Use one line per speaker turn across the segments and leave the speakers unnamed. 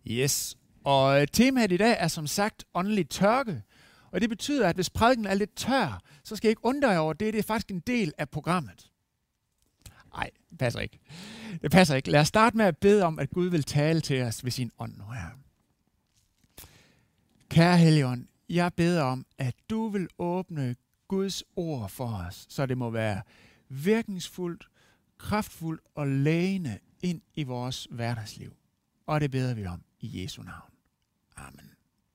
Yes, og temaet i dag er som sagt åndelig tørke. Og det betyder, at hvis prædiken er lidt tør, så skal jeg ikke undre jer over det. Det er faktisk en del af programmet. Nej, det passer ikke. Det passer ikke. Lad os starte med at bede om, at Gud vil tale til os ved sin ånd nu her. Kære Helligånd, jeg beder om, at du vil åbne Guds ord for os, så det må være virkningsfuldt, kraftfuldt og lægende ind i vores hverdagsliv. Og det beder vi om i Jesu navn. Amen.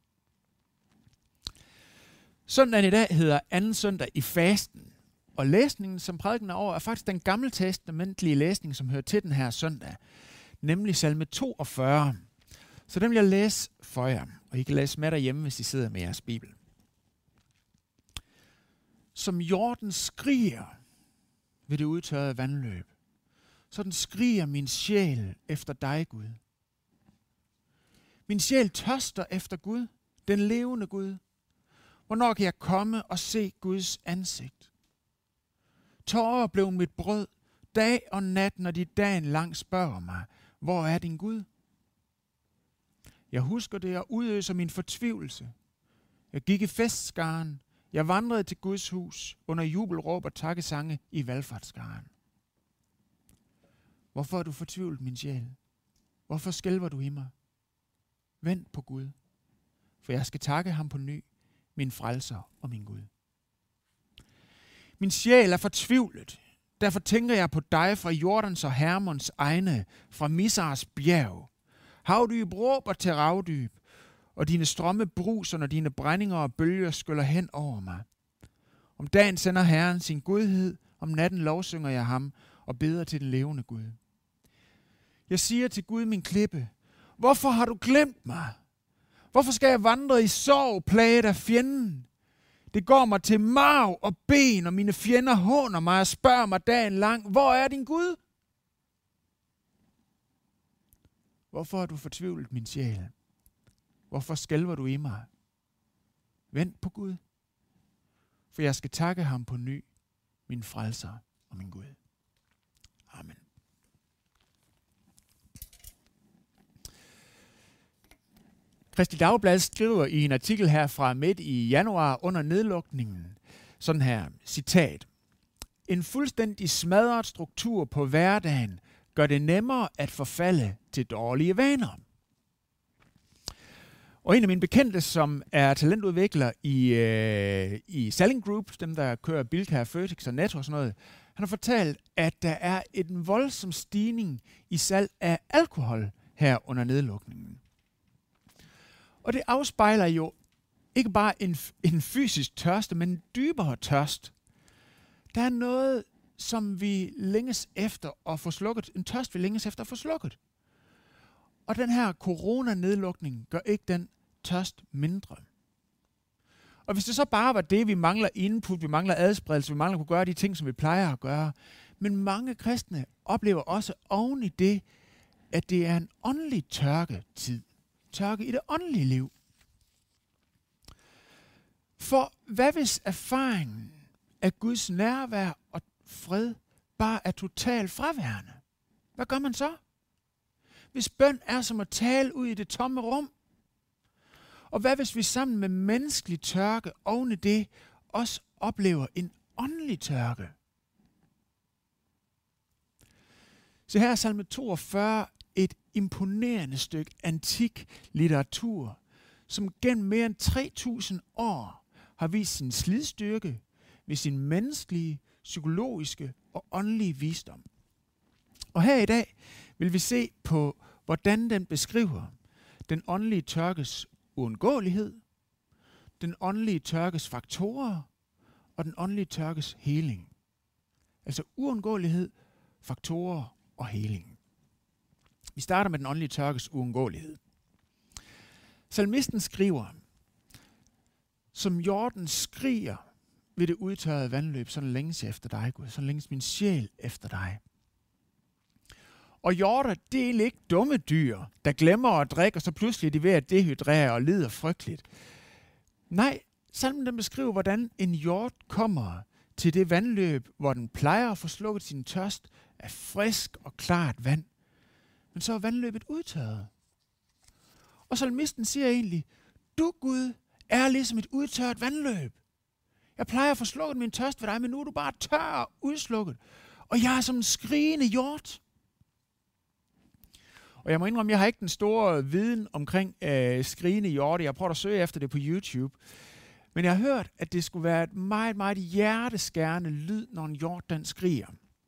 Søndagen i dag hedder anden søndag i fasten, og læsningen, som prædiken er over, er faktisk den gammeltestamentlige læsning, som hører til den her søndag, nemlig salme 42. Så den vil jeg læse for jer, og I kan læse med derhjemme, hvis I sidder med jeres bibel. Som jorden skriger ved det udtørrede vandløb, så den skriger min sjæl efter dig, Gud. Min sjæl tørster efter Gud, den levende Gud. Hvornår kan jeg komme og se Guds ansigt? Tårer blev mit brød, dag og nat, når de dagen lang spørger mig, hvor er din Gud? Jeg husker det og udøser min fortvivlelse. Jeg gik i festskaren, jeg vandrede til Guds hus under jubelråb og takkesange i valfartsskaren. Hvorfor er du fortvivlet, min sjæl? Hvorfor skælver du i mig? Vent på Gud, for jeg skal takke ham på ny, min frelser og min Gud. Min sjæl er fortvivlet, derfor tænker jeg på dig fra Jordans og Hermons egne, fra Mizars bjerg. Havdyb råber til ravdyb, og dine strømme bruser, når dine brændinger og bølger skyller hen over mig. Om dagen sender Herren sin godhed, om natten lovsynger jeg ham og beder til den levende Gud. Jeg siger til Gud, min klippe, hvorfor har du glemt mig? Hvorfor skal jeg vandre i sorg, plaget af fjenden? Det går mig til marv og ben, og mine fjender håner mig og spørger mig dagen lang, hvor er din Gud? Hvorfor er du fortvivlet, min sjæl? Hvorfor skælver du i mig? Vent på Gud, for jeg skal takke ham på ny, min frelser og min Gud. Amen. Kristi Dagblad skriver i en artikel her fra midt i januar under nedlukningen, sådan her, citat. En fuldstændig smadret struktur på hverdagen gør det nemmere at forfalde til dårlige vaner. Og en af mine bekendte, som er talentudvikler i Selling Group, dem der kører Bilka, Føtex og Netto og sådan noget, han har fortalt, at der er en voldsom stigning i salg af alkohol her under nedlukningen. Og det afspejler jo ikke bare en fysisk tørste, men en dybere tørst. Der er noget, som vi længes efter at få slukket, en tørst, vi længes efter at få slukket. Og den her coronanedlukning gør ikke den tørst mindre. Og hvis det så bare var det, vi mangler input, vi mangler adspredelse, vi mangler at kunne gøre de ting, som vi plejer at gøre. Men mange kristne oplever også oven i det, at det er en åndelig tørketid. Tørke i det åndelige liv. For hvad hvis erfaringen af Guds nærvær og fred bare er totalt fraværende? Hvad gør man så? Hvis bøn er som at tale ud i det tomme rum? Og hvad hvis vi sammen med menneskelig tørke oven i det også oplever en åndelig tørke? Så her er salme 42 et imponerende stykke antik litteratur, som gennem mere end 3.000 år har vist sin slidstyrke ved sin menneskelige, psykologiske og åndelige visdom. Og her i dag vil vi se på, hvordan den beskriver den åndelige tørkes uundgåelighed, den åndelige tørkes faktorer og den åndelige tørkes heling. Altså uundgåelighed, faktorer og heling. Vi starter med den åndelige tørkes uundgåelighed. Salmisten skriver, som jorden skriger ved det udtørrede vandløb, sådan længes jeg efter dig, Gud, sådan længes min sjæl efter dig. Og hjorter, det er ikke dumme dyr, der glemmer at drikke, og så pludselig er de ved at dehydrere og lider frygteligt. Nej, salmen den beskriver, hvordan en hjort kommer til det vandløb, hvor den plejer at få slukket sin tørst af frisk og klart vand. Men så er vandløbet udtørret. Og salmisten siger egentlig, du Gud er ligesom et udtørt vandløb. Jeg plejer at få slukket min tørst ved dig, men nu er du bare tør og udslukket. Og jeg er som en skrigende hjort. Og jeg må indrømme, jeg har ikke den store viden omkring skrigende hjorte. Jeg prøver at søge efter det på YouTube. Men jeg har hørt, at det skulle være et meget, meget hjerteskærende lyd, når en hjort den skriger.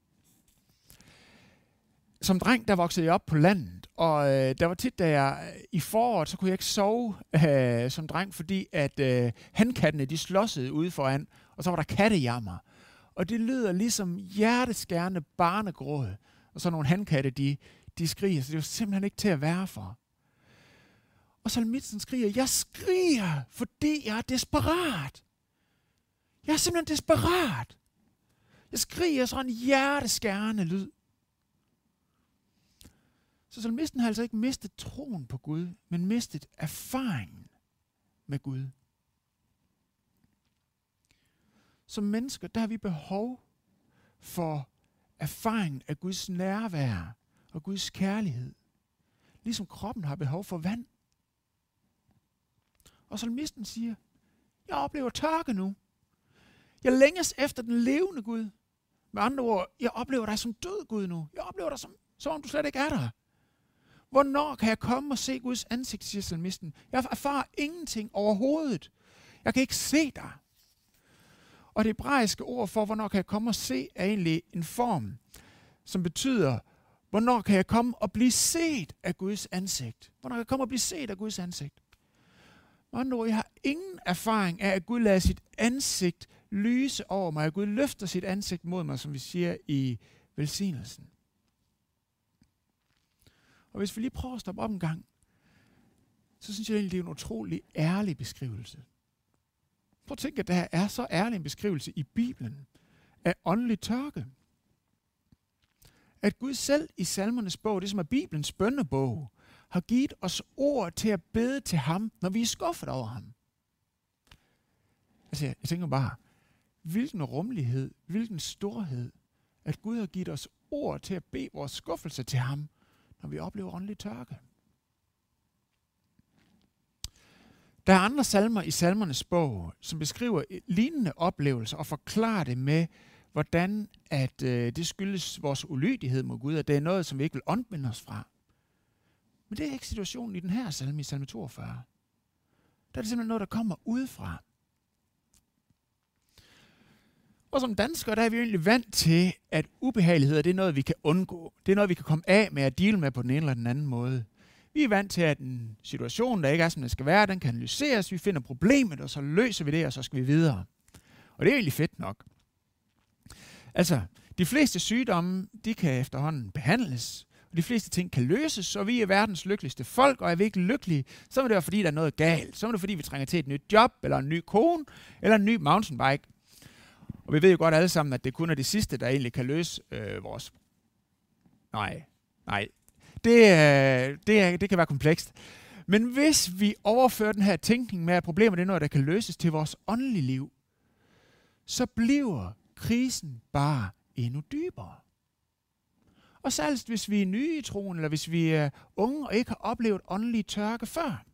Som dreng, der voksede jeg op på landet, og der var tit, da jeg i foråret, så kunne jeg ikke sove som dreng, fordi at hankattene, de slåssede ude foran, og så var der kattejammer. Og det lyder ligesom hjerteskærende barnegråd, og så nogle hankatte, de skriger, så det var simpelthen ikke til at være for. Og salmisten skriger, jeg skriger, fordi jeg er desperat. Jeg er simpelthen desperat. Jeg skriger sådan en hjerteskærende lyd. Så salmisten har altså ikke mistet troen på Gud, men mistet erfaringen med Gud. Som mennesker, der har vi behov for erfaringen af Guds nærvær og Guds kærlighed. Ligesom kroppen har behov for vand. Og salmisten siger, jeg oplever tørke nu. Jeg længes efter den levende Gud. Med andre ord, jeg oplever dig som død Gud nu. Jeg oplever dig som om du slet ikke er der. Hvornår kan jeg komme og se Guds ansigt, siger salmisten. Jeg erfarer ingenting overhovedet. Jeg kan ikke se dig. Og det hebraiske ord for, hvornår kan jeg komme og se, er egentlig en form, som betyder, hvornår kan jeg komme og blive set af Guds ansigt. Hvornår kan jeg komme og blive set af Guds ansigt. Med andre ord, jeg har ingen erfaring af, at Gud lader sit ansigt lyse over mig. At Gud løfter sit ansigt mod mig, som vi siger i velsignelsen. Og hvis vi lige prøver at stoppe op en gang, så synes jeg egentlig, det er en utrolig ærlig beskrivelse. Prøv at tænke, at der er så ærlig en beskrivelse i Bibelen af åndelig tørke. At Gud selv i salmernes bog, det som er Bibelens bønnebog, har givet os ord til at bede til ham, når vi er skuffet over ham. Altså, jeg tænker bare, hvilken rummelighed, hvilken storhed, at Gud har givet os ord til at bede vores skuffelse til ham, når vi oplever åndelig tørke. Der er andre salmer i salmernes bog, som beskriver lignende oplevelser og forklarer det med, hvordan at det skyldes vores ulydighed mod Gud, at det er noget, som vi ikke vil omvende os fra. Men det er ikke situationen i den her salme, i salme 42. Der er det simpelthen noget, der kommer udefra. Og som danskere, der er vi jo egentlig vant til, at ubehageligheder, det er noget, vi kan undgå. Det er noget, vi kan komme af med at deale med på den ene eller den anden måde. Vi er vant til, at en situation, der ikke er, som den skal være, den kan analyseres, vi finder problemet, og så løser vi det, og så skal vi videre. Og det er egentlig fedt nok. Altså, de fleste sygdomme, de kan efterhånden behandles, og de fleste ting kan løses, så vi er verdens lykkeligste folk, og er vi ikke lykkelige, så er det jo fordi, der er noget galt. Så er det fordi, vi trænger til et nyt job, eller en ny kone, eller en ny mountainbike. Og vi ved jo godt alle sammen, at det kun er det sidste, der egentlig kan løse vores... Nej. Det kan være komplekst. Men hvis vi overfører den her tænkning med, at problemet er noget, der kan løses til vores åndelige liv, så bliver krisen bare endnu dybere. Og særligt hvis vi er nye i troen, eller hvis vi er unge og ikke har oplevet åndelig tørke før.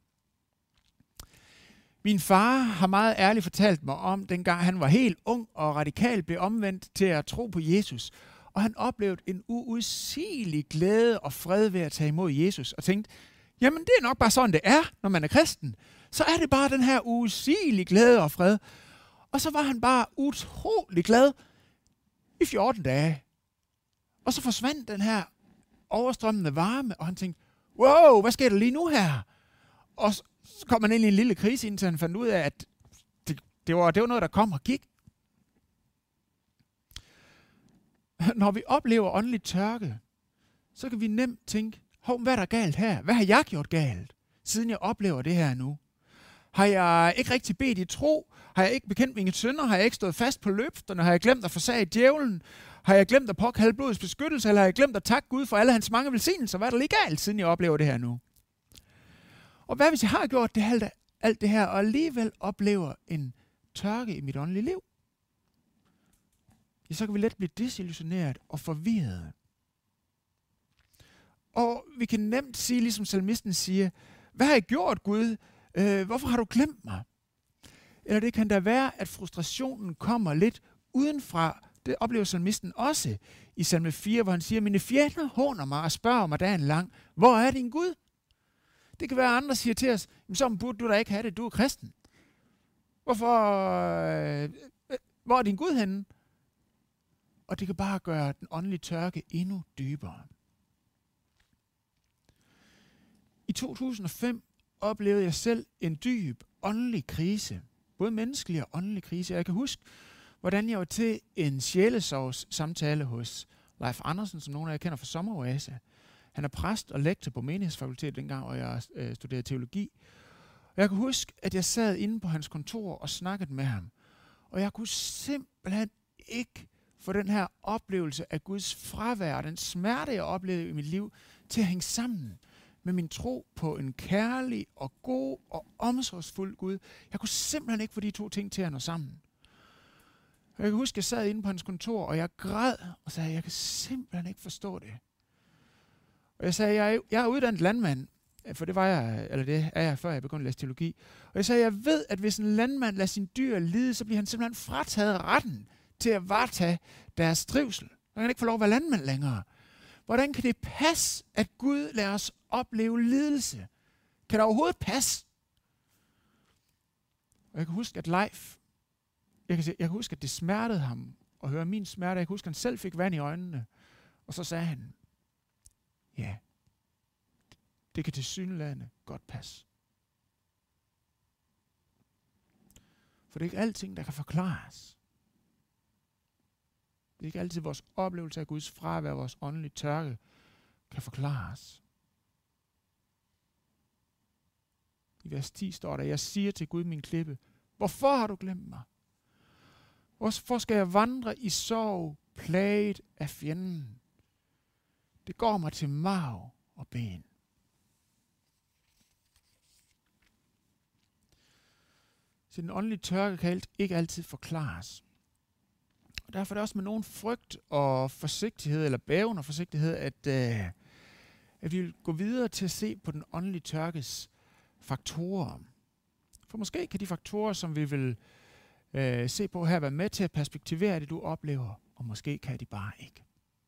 Min far har meget ærligt fortalt mig om, dengang han var helt ung og radikalt blev omvendt til at tro på Jesus. Og han oplevede en uudsigelig glæde og fred ved at tage imod Jesus. Og tænkte, jamen det er nok bare sådan, det er, når man er kristen. Så er det bare den her uudsigelige glæde og fred. Og så var han bare utrolig glad i 14 dage. Og så forsvandt den her overstrømmende varme, og han tænkte, wow, hvad sker der lige nu her? Og så kom han ind i en lille krise, indtil han fandt ud af, at det var noget, der kom og gik. Når vi oplever åndelig tørke, så kan vi nemt tænke, hvad er der galt her? Hvad har jeg gjort galt, siden jeg oplever det her nu? Har jeg ikke rigtig bedt i tro? Har jeg ikke bekendt mine synder? Har jeg ikke stået fast på løfterne? Har jeg glemt at forsage djævlen? Har jeg glemt at påkalde blodets beskyttelse? Eller har jeg glemt at takke Gud for alle hans mange velsignelser? Hvad er der lige galt, siden jeg oplever det her nu? Og hvad hvis jeg har gjort alt det her, og alligevel oplever en tørke i mit åndelige liv? Ja, så kan vi let blive desillusioneret og forvirret. Og vi kan nemt sige, ligesom salmisten siger, Hvad har jeg gjort, Gud? Hvorfor har du glemt mig? Eller det kan da være, at frustrationen kommer lidt udenfra. Det oplever salmisten også i salme 4, hvor han siger, mine fjender håner mig og spørger mig dagen lang, hvor er din Gud? Det kan være, at andre siger til os, så burde du da ikke have det, du er kristen. Hvor er din Gud henne? Og det kan bare gøre den åndelige tørke endnu dybere. I 2005 oplevede jeg selv en dyb åndelig krise. Både menneskelig og åndelig krise. Jeg kan huske, hvordan jeg var til en sjælesorgssamtale hos Leif Andersen, som nogle af jer kender fra Sommeroase. Han er præst og lektor på menighedsfakultetet dengang, hvor jeg studerede teologi. Og jeg kan huske, at jeg sad inde på hans kontor og snakkede med ham. Og jeg kunne simpelthen ikke få den her oplevelse af Guds fravær, og den smerte, jeg oplevede i mit liv, til at hænge sammen med min tro på en kærlig og god og omsorgsfuld Gud. Jeg kunne simpelthen ikke få de to ting til at nå sammen. Og jeg kan huske, at jeg sad inde på hans kontor, og jeg græd og sagde, jeg kan simpelthen ikke forstå det. Og jeg sagde, jeg er uddannet landmand, for det er jeg, før jeg begyndte at læse teologi. Og jeg sagde, jeg ved, at hvis en landmand lader sin dyr lide, så bliver han simpelthen frataget retten til at varetage deres trivsel. Han kan ikke få lov at være landmand længere. Hvordan kan det passe, at Gud lader os opleve lidelse? Kan det overhovedet passe? Og jeg kan huske, at Leif, jeg kan huske, at det smertede ham at høre min smerte. Jeg kan huske, at han selv fik vand i øjnene. Og så sagde han, ja, det kan tilsyneladende godt passe. For det er ikke alting, der kan forklares. Det er ikke altid vores oplevelse af Guds fravær, vores åndelige tørke, kan forklares. I vers 10 står der, jeg siger til Gud min klippe, hvorfor har du glemt mig? Hvorfor skal jeg vandre i sorg, plaget af fjenden? Det går mig til marv og ben. Så den åndelige tørke kan ikke altid forklares. Og derfor er det også med nogen frygt og forsigtighed, eller bæven og forsigtighed, at vi vil gå videre til at se på den åndelige tørkes faktorer. For måske kan de faktorer, som vi vil se på her, være med til at perspektivere det, du oplever, og måske kan de bare ikke.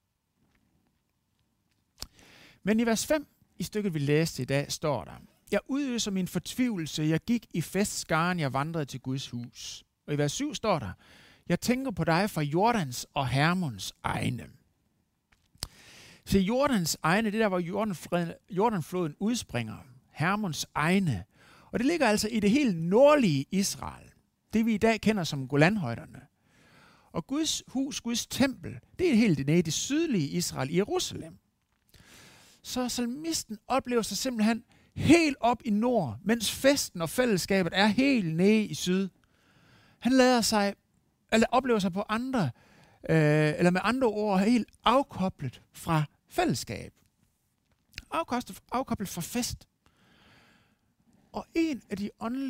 Men i vers 5, i stykket vi læste i dag, står der, jeg udøser min fortvivlelse, jeg gik i festskaren, jeg vandrede til Guds hus. Og i vers 7 står der, jeg tænker på dig fra Jordans og Hermons egne. Så Jordans egne, det der, hvor Jordanfloden udspringer, Hermons egne. Og det ligger altså i det helt nordlige Israel. Det vi i dag kender som Golanhøjderne. Og Guds hus, Guds tempel, det er helt nede i det sydlige Israel, i Jerusalem. Så salmisten oplever sig simpelthen helt op i nord, mens festen og fællesskabet er helt nede i syd. Han oplever sig på andre, eller med andre ord, helt afkoblet fra fællesskab. Afkoblet fra fest. Og en af de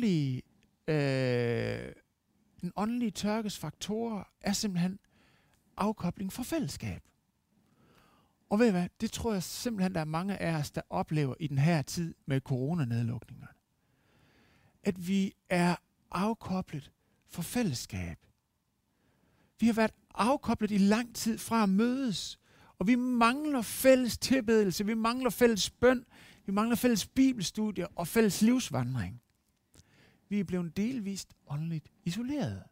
den åndelige tørkes faktorer er simpelthen afkobling fra fællesskab. Og ved I hvad? Det tror jeg simpelthen, der er mange af os, der oplever i den her tid med coronanedlukninger. At vi er afkoblet fra fællesskab. Vi har været afkoblet i lang tid fra at mødes, og vi mangler fælles tilbedelse, vi mangler fælles bøn, vi mangler fælles bibelstudier og fælles livsvandring. Vi er blevet delvist åndeligt isoleret.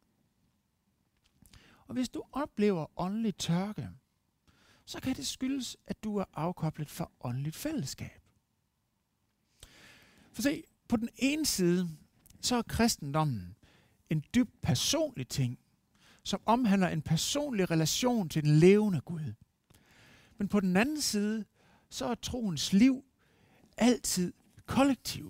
Og hvis du oplever åndelig tørke, så kan det skyldes, at du er afkoblet fra åndeligt fællesskab. For se, på den ene side, så er kristendommen en dybt personlig ting, som omhandler en personlig relation til den levende Gud. Men på den anden side, så er troens liv altid kollektiv.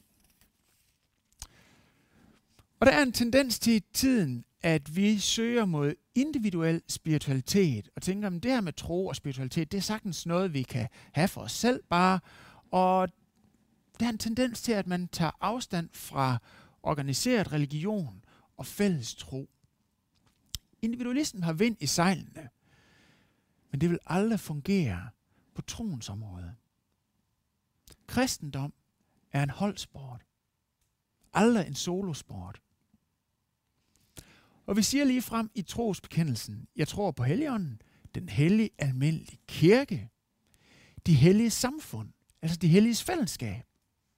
Og der er en tendens til i tiden, at vi søger mod individuel spiritualitet, og tænker, at det her med tro og spiritualitet, det er sagtens noget, vi kan have for os selv bare, og der er en tendens til, at man tager afstand fra organiseret religion og fælles tro. Individualismen har vind i sejlene, men det vil aldrig fungere på troens område. Kristendom er en holdsport. Aldrig en solosport. Og vi siger lige frem i trosbekendelsen, jeg tror på Helligånden, den hellige almindelige kirke, de hellige samfund, altså de helliges fællesskab.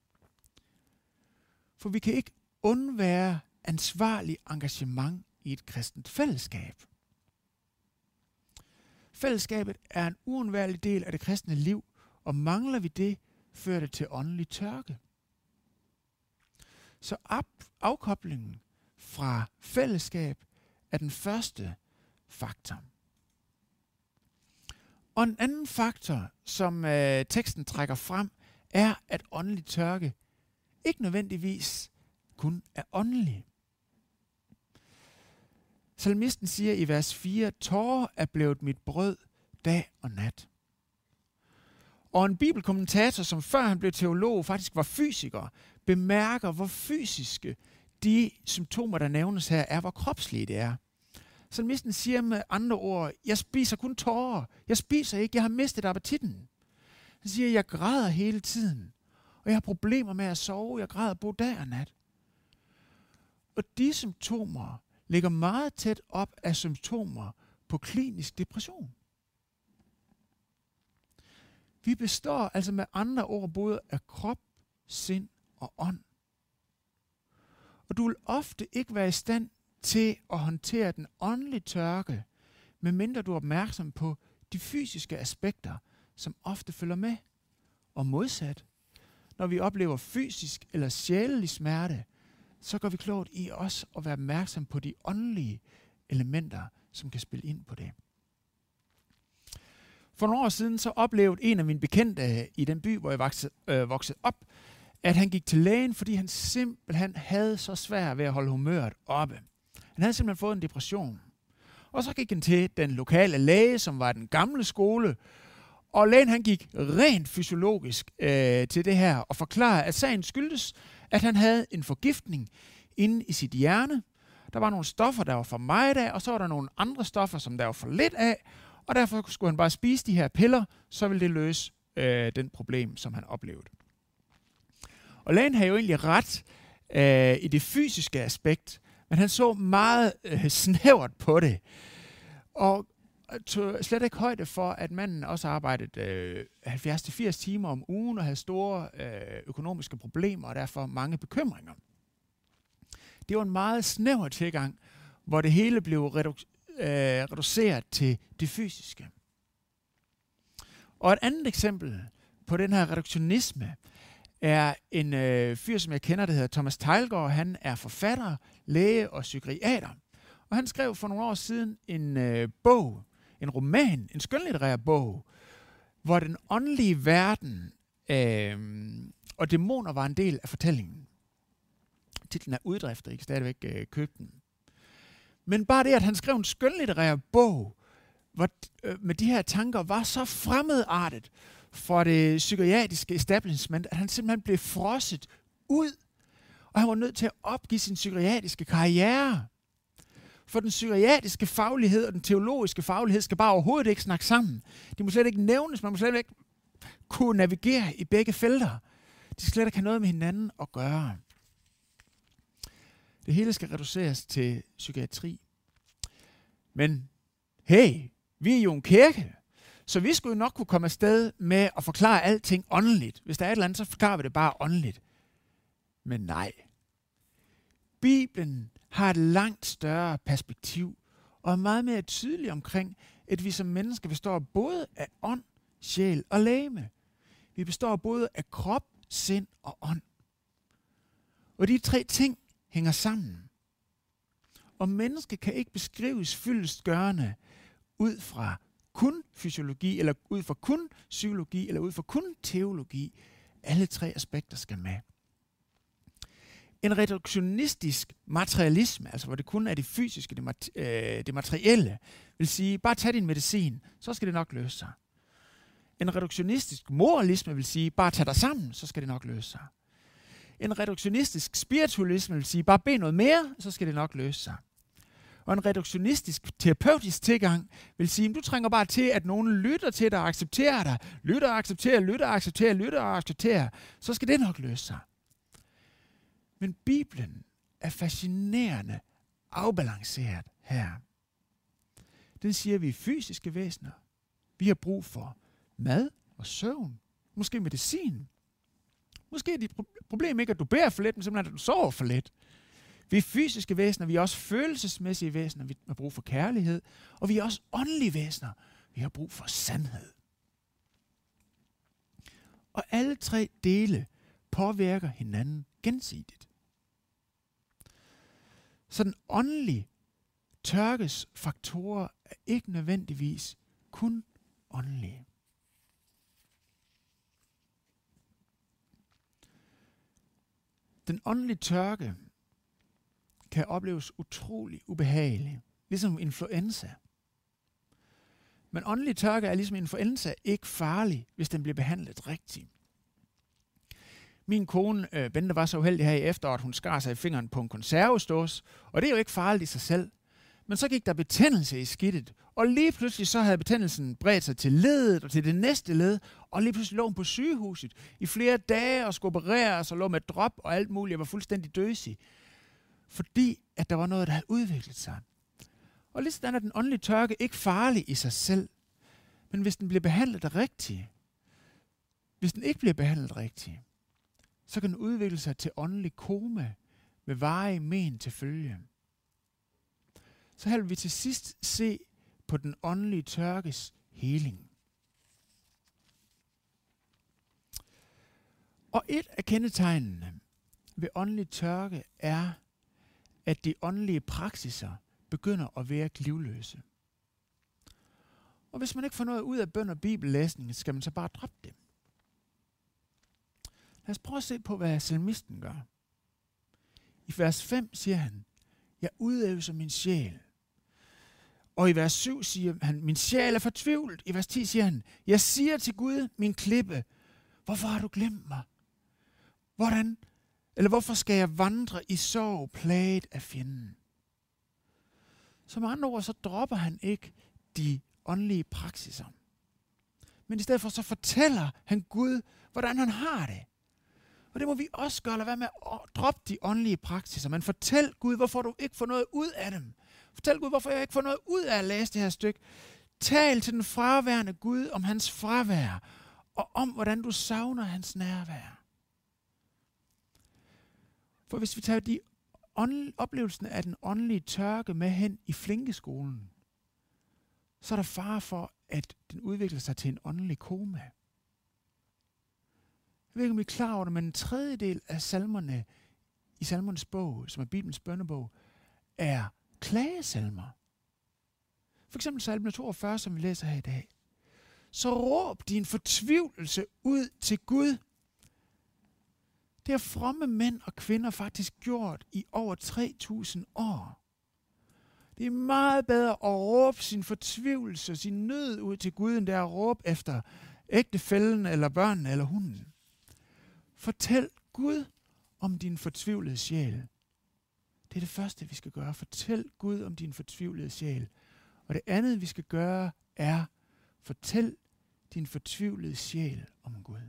For vi kan ikke undvære ansvarlig engagement i et kristent fællesskab. Fællesskabet er en uundværlig del af det kristne liv, og mangler vi det, fører det til åndelig tørke. Så afkoblingen fra fællesskab er den første faktor. Og en anden faktor, som teksten trækker frem, er, at åndelig tørke ikke nødvendigvis kun er åndelig. Salmisten siger i vers 4, tårer er blevet mit brød dag og nat. Og en bibelkommentator, som før han blev teolog, faktisk var fysiker, bemærker, hvor fysiske de symptomer, der nævnes her, er, hvor kropslige det er. Salmisten siger med andre ord, jeg spiser kun tårer. Jeg spiser ikke, jeg har mistet appetitten. Han siger, jeg græder hele tiden, og jeg har problemer med at sove. Jeg græder både dag og nat. Og de symptomer ligger meget tæt op af symptomer på klinisk depression. Vi består altså med andre ord både af krop, sind og ånd. Og du vil ofte ikke være i stand til at håndtere den åndelige tørke, medmindre du er opmærksom på de fysiske aspekter, som ofte følger med. Og modsat, når vi oplever fysisk eller sjælelig smerte, så går vi klogt i os at være opmærksom på de åndelige elementer, som kan spille ind på det. For nogle år siden så oplevede en af mine bekendte i den by, hvor jeg voksede op, at han gik til lægen, fordi han simpelthen havde så svært ved at holde humøret oppe. Han havde simpelthen fået en depression. Og så gik han til den lokale læge, som var den gamle skole, og lægen han gik rent fysiologisk til det her og forklarede, at sagen skyldtes, at han havde en forgiftning inde i sit hjerne. Der var nogle stoffer, der var for meget af, og så var der nogle andre stoffer, som der var for lidt af, og derfor skulle han bare spise de her piller, så ville det løse den problem, som han oplevede. Og lægen havde jo egentlig ret i det fysiske aspekt, men han så meget snævert på det, og tog slet ikke højde for, at manden også arbejdede 70-80 timer om ugen og havde store økonomiske problemer og derfor mange bekymringer. Det var en meget snæver tilgang, hvor det hele blev reduceret til det fysiske. Og et andet eksempel på den her reduktionisme er en fyr, som jeg kender, der hedder Thomas Teilgaard. Han er forfatter, læge og psykiater. Og han skrev for nogle år siden en bog, en roman, en skønlitterær bog, hvor den åndelige verden og dæmoner var en del af fortællingen. Titlen er Uddrifter, I kan stadigvæk købe den. Men bare det, at han skrev en skønlitterær bog, hvor, med de her tanker, var så fremmedartet for det psykiatriske establishment, at han simpelthen blev frosset ud, og han var nødt til at opgive sin psykiatriske karriere. For den psykiatriske faglighed og den teologiske faglighed skal bare overhovedet ikke snakke sammen. De må slet ikke nævnes, man må slet ikke kunne navigere i begge felter. De skal slet ikke have noget med hinanden at gøre. Det hele skal reduceres til psykiatri. Men hey, vi er jo en kirke, så vi skulle jo nok kunne komme afsted med at forklare alting åndeligt. Hvis der er et eller andet, så forklarer vi det bare åndeligt. Men nej. Bibelen har et langt større perspektiv, og er meget mere tydelig omkring, at vi som mennesker består både af ånd, sjæl og legeme. Vi består både af krop, sind og ånd. Og de tre ting hænger sammen. Og mennesket kan ikke beskrives fyldestgørende ud fra kun fysiologi, eller ud fra kun psykologi, eller ud fra kun teologi. Alle tre aspekter skal med. En reduktionistisk materialisme, altså hvor det kun er det fysiske, det materielle, vil sige, bare tag din medicin, så skal det nok løse sig. En reduktionistisk moralisme vil sige, bare tag dig sammen, så skal det nok løse sig. En reduktionistisk spiritualisme vil sige, bare bed noget mere, så skal det nok løse sig. Og en reduktionistisk, terapeutisk tilgang vil sige, at du trænger bare til, at nogen lytter til dig og accepterer dig. Lytter og accepterer. Så skal det nok løse sig. Men Bibelen er fascinerende afbalanceret her. Den siger, at vi er fysiske væsener. Vi har brug for mad og søvn. Måske medicin. Måske er dit problem ikke, at du bærer for lidt, men simpelthen, at du sover for lidt. Vi er fysiske væsener, vi er også følelsesmæssige væsener, vi har brug for kærlighed, og vi er også åndelige væsener, vi har brug for sandhed. Og alle tre dele påvirker hinanden gensidigt. Så den åndelige tørkes faktorer er ikke nødvendigvis kun åndelige. Den åndelige tørke kan opleves utrolig ubehagelig, ligesom influenza. Men åndelig tørke er ligesom influenza ikke farlig, hvis den bliver behandlet rigtigt. Min kone, Bente, var så uheldig her i efteråret, hun skar sig i fingeren på en konservesdåse, og det er jo ikke farligt i sig selv. Men så gik der betændelse i skidtet, og lige pludselig så havde betændelsen bredt sig til leddet og til det næste led, og lige pludselig lå hun på sygehuset i flere dage og skulle opereres og lå med drop og alt muligt, og var fuldstændig døsig. Fordi at der var noget, der havde udviklet sig. Og lige sådan er den åndelige tørke ikke farlig i sig selv. Men hvis den bliver behandlet rigtigt, hvis den ikke bliver behandlet rigtigt, så kan den udvikle sig til åndelig koma med varige men til følge. Så her vil vi til sidst se på den åndelige tørkes heling. Og et af kendetegnene ved åndelig tørke er, at de åndelige praksiser begynder at virke livløse. Og hvis man ikke får noget ud af bøn og bibellæsning, skal man så bare droppe det. Lad os prøve at se på, hvad salmisten gør. I vers 5 siger han, jeg udøver min sjæl. Og i vers 7 siger han, min sjæl er fortvivlet. I vers 10 siger han, jeg siger til Gud, min klippe, hvorfor har du glemt mig? Hvorfor skal jeg vandre i sorg, plaget af fjenden? Så med andre ord, så dropper han ikke de åndelige praksiser. Men i stedet for, så fortæller han Gud, hvordan han har det. Og det må vi også gøre, lad være med at droppe de åndelige praksiser. Men fortæl Gud, hvorfor du ikke får noget ud af dem. Fortæl Gud, hvorfor jeg ikke får noget ud af at læse det her stykke. Tal til den fraværende Gud om hans fravær, og om hvordan du savner hans nærvær. For hvis vi tager de oplevelsen af den åndelige tørke med hen i flinkeskolen, så er der fare for, at den udvikler sig til en åndelig koma. Jeg ved ikke, om I er klar over det, men en tredjedel af salmerne i salmernes bog, som er Bibelens bønnebog, er klagesalmer. For eksempel salme 42, som vi læser her i dag. Så råb din fortvivlelse ud til Gud. Det har fromme mænd og kvinder faktisk gjort i over 3000 år. Det er meget bedre at råbe sin fortvivlelse og sin nød ud til Gud, end det er at råbe efter ægtefællen eller børnene eller hunden. Fortæl Gud om din fortvivlede sjæl. Det er det første, vi skal gøre. Fortæl Gud om din fortvivlede sjæl. Og det andet, vi skal gøre, er fortæl din fortvivlede sjæl om Gud.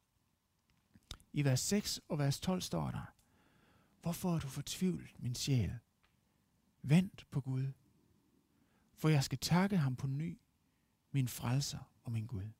I vers 6 og vers 12 står der, hvorfor er du fortvivlet, min sjæl? Vent på Gud, for jeg skal takke ham på ny, min frelser og min Gud.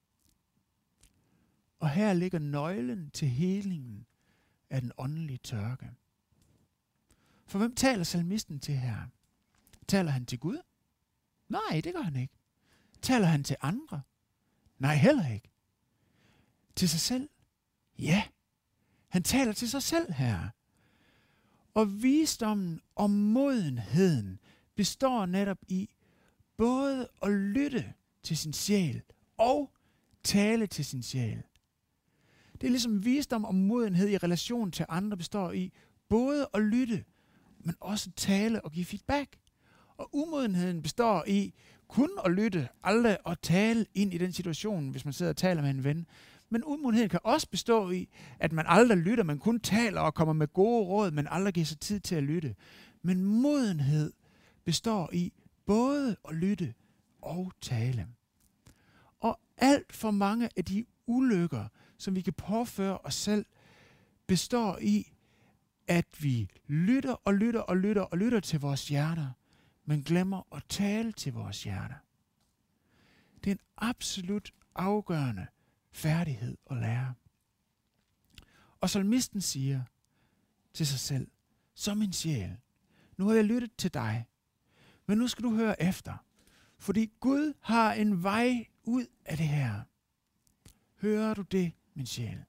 Og her ligger nøglen til helingen af den åndelige tørke. For hvem taler salmisten til her? Taler han til Gud? Nej, det gør han ikke. Taler han til andre? Nej, heller ikke. Til sig selv? Ja, han taler til sig selv her. Og visdommen og modenheden består netop i både at lytte til sin sjæl og tale til sin sjæl. Det er ligesom visdom og modenhed i relation til andre består i både at lytte, men også tale og give feedback. Og umodenheden består i kun at lytte, aldrig at tale ind i den situation, hvis man sidder og taler med en ven. Men umodenheden kan også bestå i, at man aldrig lytter, man kun taler og kommer med gode råd, men aldrig giver sig tid til at lytte. Men modenhed består i både at lytte og tale. Og alt for mange af de ulykker, som vi kan påføre os selv, består i, at vi lytter til vores hjerter, men glemmer at tale til vores hjerter. Det er en absolut afgørende færdighed at lære. Og salmisten siger til sig selv, så min sjæl, nu har jeg lyttet til dig, men nu skal du høre efter, fordi Gud har en vej ud af det her. Hører du det, min sjæl?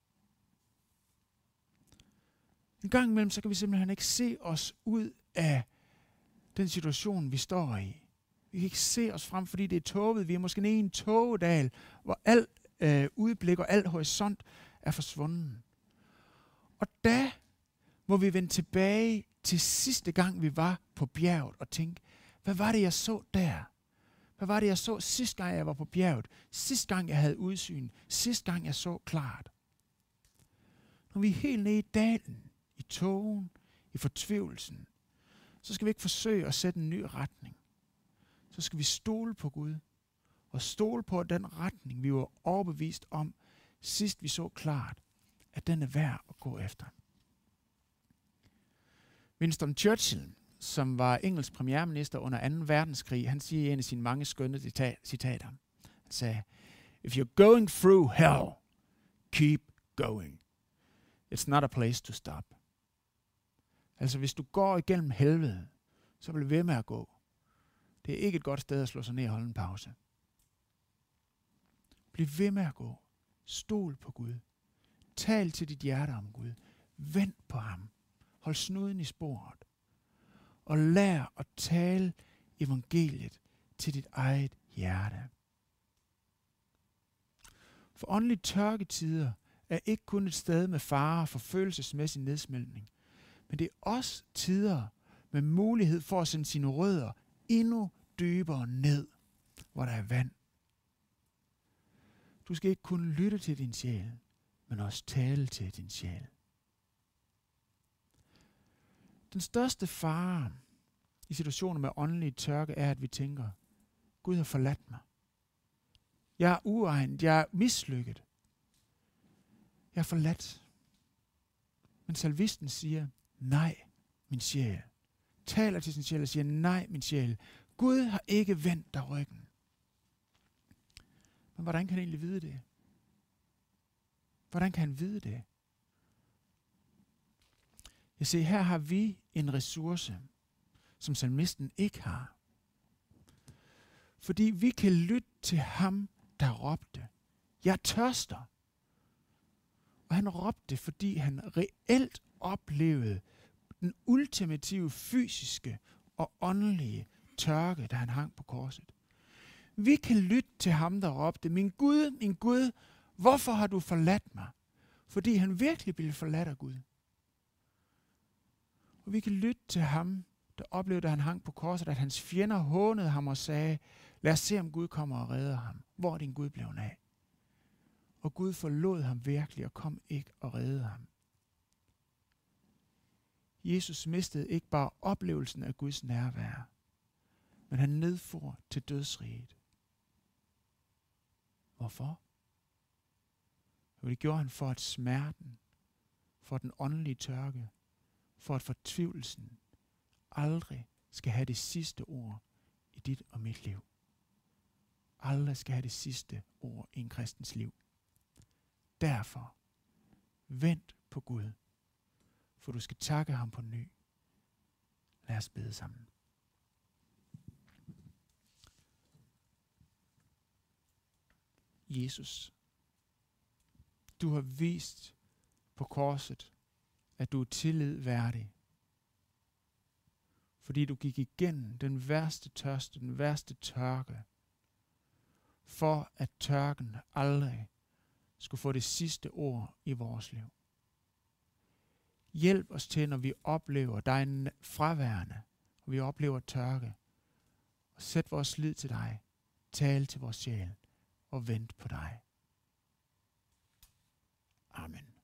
En gang imellem, så kan vi simpelthen ikke se os ud af den situation, vi står i. Vi kan ikke se os frem, fordi det er tåget. Vi er måske nede i en tågedal, hvor alt udblik og alt horisont er forsvundet. Og da må vi vende tilbage til sidste gang, vi var på bjerget og tænke, hvad var det, jeg så der? Hvad var det, jeg så sidste gang, jeg var på bjerget? Sidste gang, jeg havde udsyn? Sidste gang, jeg så klart? Når vi er helt nede i dalen, i tågen, i fortvivlelsen, så skal vi ikke forsøge at sætte en ny retning. Så skal vi stole på Gud, og stole på den retning, vi var overbevist om, sidst vi så klart, at den er værd at gå efter. Winston Churchill, som var engelsk premierminister under 2. verdenskrig, han siger i en af sine mange skønne citater, han sagde, "If you're going through hell, keep going. It's not a place to stop." Altså hvis du går igennem helvede, så bliver ved med at gå. Det er ikke et godt sted at slå sig ned og holde en pause. Bliv ved med at gå. Stol på Gud. Tal til dit hjerte om Gud. Vent på ham. Hold snuden i sporet. Og lær at tale evangeliet til dit eget hjerte. For åndelige tørketider er ikke kun et sted med fare for følelsesmæssig nedsmeltning, men det er også tider med mulighed for at sende sine rødder endnu dybere ned, hvor der er vand. Du skal ikke kun lytte til din sjæl, men også tale til din sjæl. Den største fare i situationer med åndelig tørke er, at vi tænker, Gud har forladt mig. Jeg er uegnet, jeg er mislykket. Jeg er forladt. Men salvisten siger, nej, min sjæl. Taler til sin sjæl og siger, nej, min sjæl. Gud har ikke vendt dig ryggen. Men hvordan kan han egentlig vide det? Hvordan kan han vide det? Jeg ser, her har vi en ressource, som salmisten ikke har. Fordi vi kan lytte til ham, der råbte, jeg tørster. Og han råbte, fordi han reelt oplevede den ultimative fysiske og åndelige tørke, da han hang på korset. Vi kan lytte til ham, der råbte, min Gud, hvorfor har du forladt mig? Fordi han virkelig blev forladt af Gud. Og vi kan lytte til ham, der oplevede, da han hang på korset, at hans fjender hånede ham og sagde, lad os se, om Gud kommer og redder ham. Hvor er din Gud blevet af? Og Gud forlod ham virkelig og kom ikke og reddede ham. Jesus mistede ikke bare oplevelsen af Guds nærvær, men han nedfor til dødsriget. Hvorfor? Jo, det gjorde han for at smerten, for den åndelige tørke, for at fortvivlelsen aldrig skal have det sidste ord i dit og mit liv. Aldrig skal have det sidste ord i en kristens liv. Derfor, vent på Gud, for du skal takke ham på ny. Lad os bede sammen. Jesus, du har vist på korset, at du er tillid værdig. Fordi du gik igennem den værste tørste, den værste tørke, for at tørken aldrig skulle få det sidste ord i vores liv. Hjælp os til, når vi oplever dig fraværende, og vi oplever tørke, og sæt vores lid til dig, tal til vores sjæl, og vent på dig. Amen.